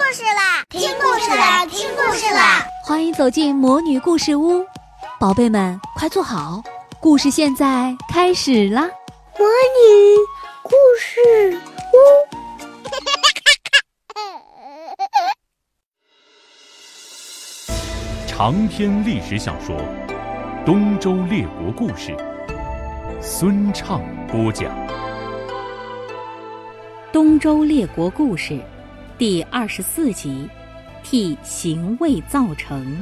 事啦！听故事啦！听故事啦！ 欢迎走进魔女故事屋，宝贝们快坐好，故事现在开始啦！ 魔女故事屋。 长篇历史小说《东周列国故事》，孙畅播讲。 东周列国故事第24集，替行魏造城。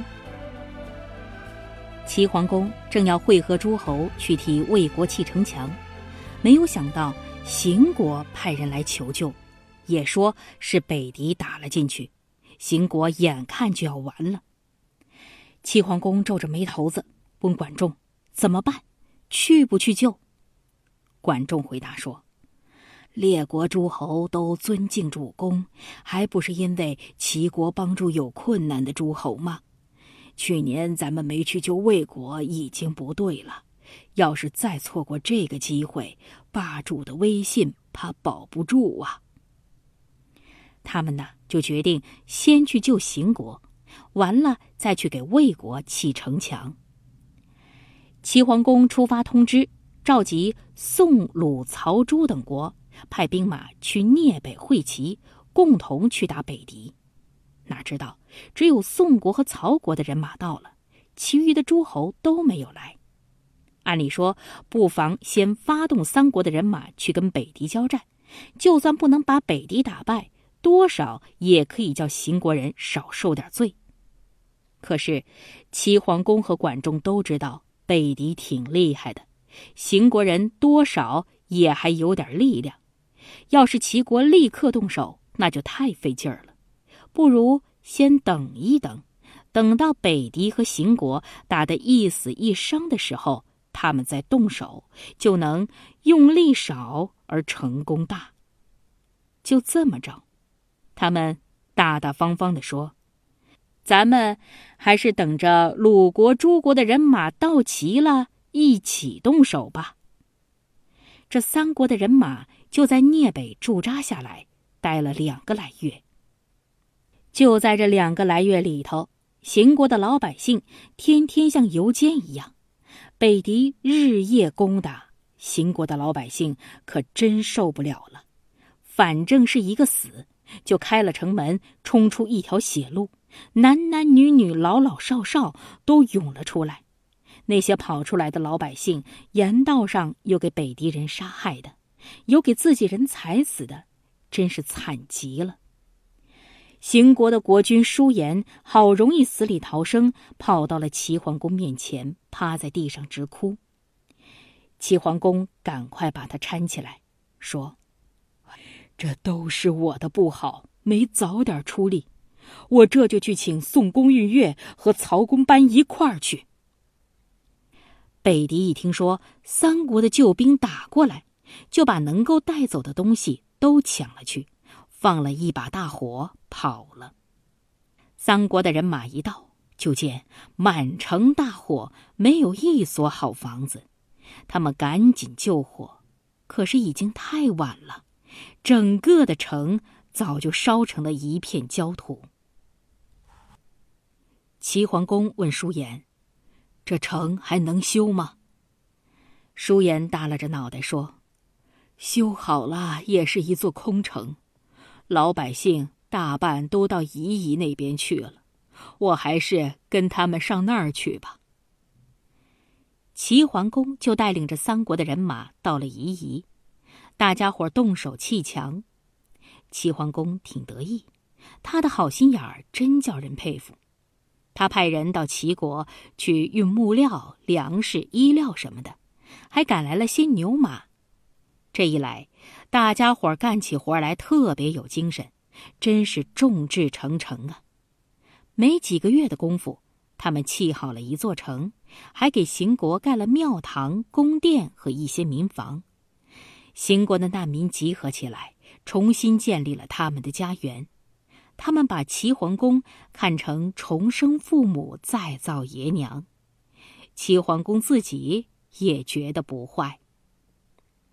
齐桓公正要会合诸侯去替魏国砌城墙，没有想到邢国派人来求救，也说是北狄打了进去，邢国眼看就要完了。齐桓公皱着眉头子问管仲怎么办，去不去救？管仲回答说，列国诸侯都尊敬主公，还不是因为齐国帮助有困难的诸侯吗？去年咱们没去救魏国已经不对了，要是再错过这个机会，霸主的威信怕保不住啊。他们呢，就决定先去救邢国，完了再去给魏国砌城墙。齐桓公出发通知，召集宋、鲁、曹、朱等国，派兵马去聂北会齐，共同去打北狄。哪知道只有宋国和曹国的人马到了，其余的诸侯都没有来。按理说不妨先发动三国的人马去跟北狄交战，就算不能把北狄打败，多少也可以叫邢国人少受点罪。可是齐桓公和管仲都知道北狄挺厉害的，邢国人多少也还有点力量，要是齐国立刻动手，那就太费劲儿了，不如先等一等，等到北狄和邢国打得一死一伤的时候，他们再动手，就能用力少而成功大。就这么着，他们大大方方地说，咱们还是等着鲁国、诸国的人马到齐了，一起动手吧。这三国的人马就在聂北驻扎下来，待了2个来月。就在这2个来月里头，邢国的老百姓天天像游监一样，北狄日夜攻打，邢国的老百姓可真受不了了。反正是一个死，就开了城门，冲出一条血路，男男女女、老老少少都涌了出来。那些跑出来的老百姓，沿道上有给北狄人杀害的，有给自己人踩死的，真是惨极了。邢国的国君舒颜好容易死里逃生，跑到了齐桓公面前，趴在地上直哭。齐桓公赶快把他搀起来，说，这都是我的不好，没早点出力，我这就去请宋公运乐和曹公班一块儿去。北狄一听说三国的救兵打过来，就把能够带走的东西都抢了去，放了一把大火跑了。三国的人马一到，就见满城大火，没有一所好房子。他们赶紧救火，可是已经太晚了，整个的城早就烧成了一片焦土。齐桓公问舒颜，这城还能修吗？舒颜耷拉着脑袋说，修好了也是一座空城，老百姓大半都到夷夷那边去了，我还是跟他们上那儿去吧。齐桓公就带领着三国的人马到了夷夷，大家伙动手砌墙。齐桓公挺得意，他的好心眼儿真叫人佩服。他派人到齐国去运木料、粮食、衣料什么的，还赶来了些牛马。这一来，大家伙干起活来特别有精神，真是众志成城啊。没几个月的功夫，他们砌好了一座城，还给邢国盖了庙堂、宫殿和一些民房。邢国的难民集合起来，重新建立了他们的家园。他们把齐桓公看成重生父母，再造爷娘。齐桓公自己也觉得不坏。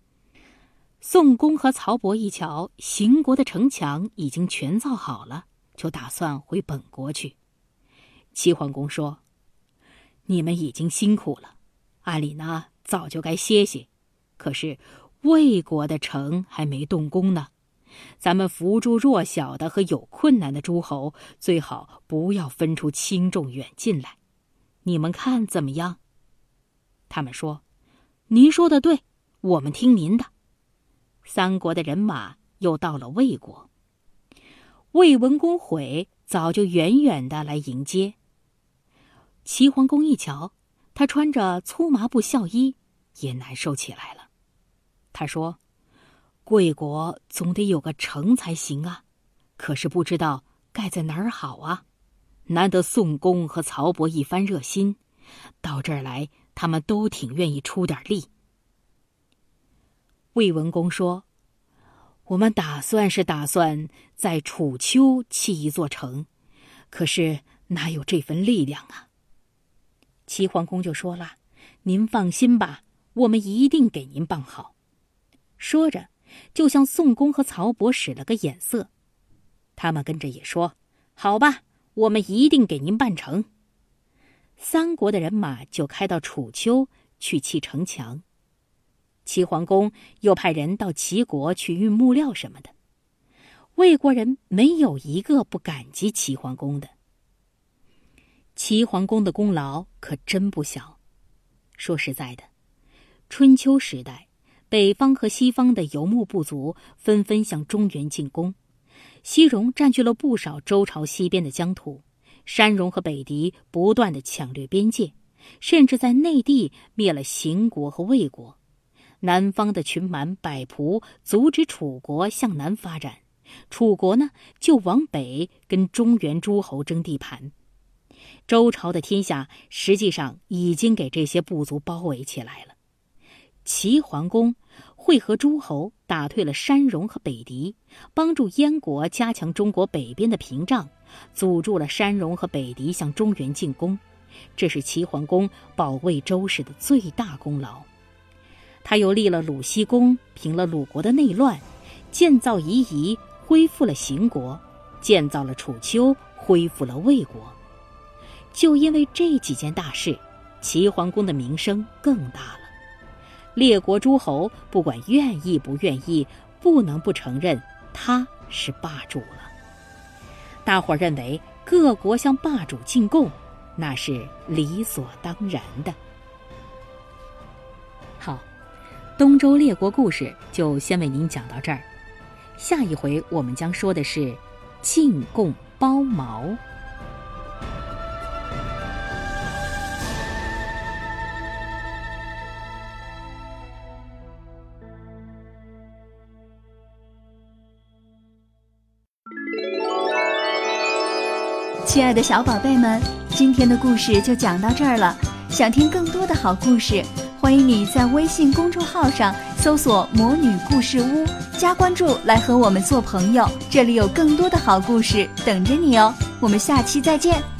宋公和曹伯一瞧，邢国的城墙已经全造好了， 就打算回本国去。齐桓公说：“你们已经辛苦了，按理呢早就该歇歇，可是魏国的城还没动工呢。咱们扶助弱小的和有困难的诸侯，最好不要分出轻重远近来。你们看怎么样？”他们说：“您说的对，我们听您的。”三国的人马又到了魏国。魏文公虺早就远远地来迎接。齐桓公一瞧，他穿着粗麻布孝衣，也难受起来了。他说：“贵国总得有个城才行啊，可是不知道盖在哪儿好啊。难得宋公和曹伯一番热心，到这儿来，他们都挺愿意出点力。”魏文公说：“我们打算在楚丘砌一座城，可是哪有这份力量啊？”齐桓公就说了：“您放心吧，我们一定给您办好。”说着，就向宋公和曹伯使了个眼色。他们跟着也说：“好吧，我们一定给您办成。”三国的人马就开到楚丘去砌城墙。齐桓公又派人到齐国去运木料什么的。魏国人没有一个不感激齐桓公的。齐桓公的功劳可真不小。说实在的，春秋时代，北方和西方的游牧部族纷纷向中原进攻，西戎占据了不少周朝西边的疆土，山戎和北狄不断地抢掠边界，甚至在内地灭了邢国和魏国。南方的群蛮百仆阻止楚国向南发展，楚国呢就往北跟中原诸侯争地盘。周朝的天下实际上已经给这些部族包围起来了。齐桓公会合诸侯，打退了山戎和北狄，帮助燕国加强中国北边的屏障，阻住了山戎和北狄向中原进攻。这是齐桓公保卫周氏的最大功劳。他又立了鲁僖公，平了鲁国的内乱，建造夷夷，恢复了邢国，建造了楚丘，恢复了魏国。就因为这几件大事，齐桓公的名声更大了。列国诸侯不管愿意不愿意，不能不承认他是霸主了。大伙认为各国向霸主进贡，那是理所当然的。好，东周列国故事就先为您讲到这儿。下一回我们将说的是进贡包茅。 亲爱的小宝贝们，今天的故事就讲到这儿了。想听更多的好故事，欢迎你在微信公众号上搜索魔女故事屋，加关注来和我们做朋友，这里有更多的好故事等着你哦。我们下期再见。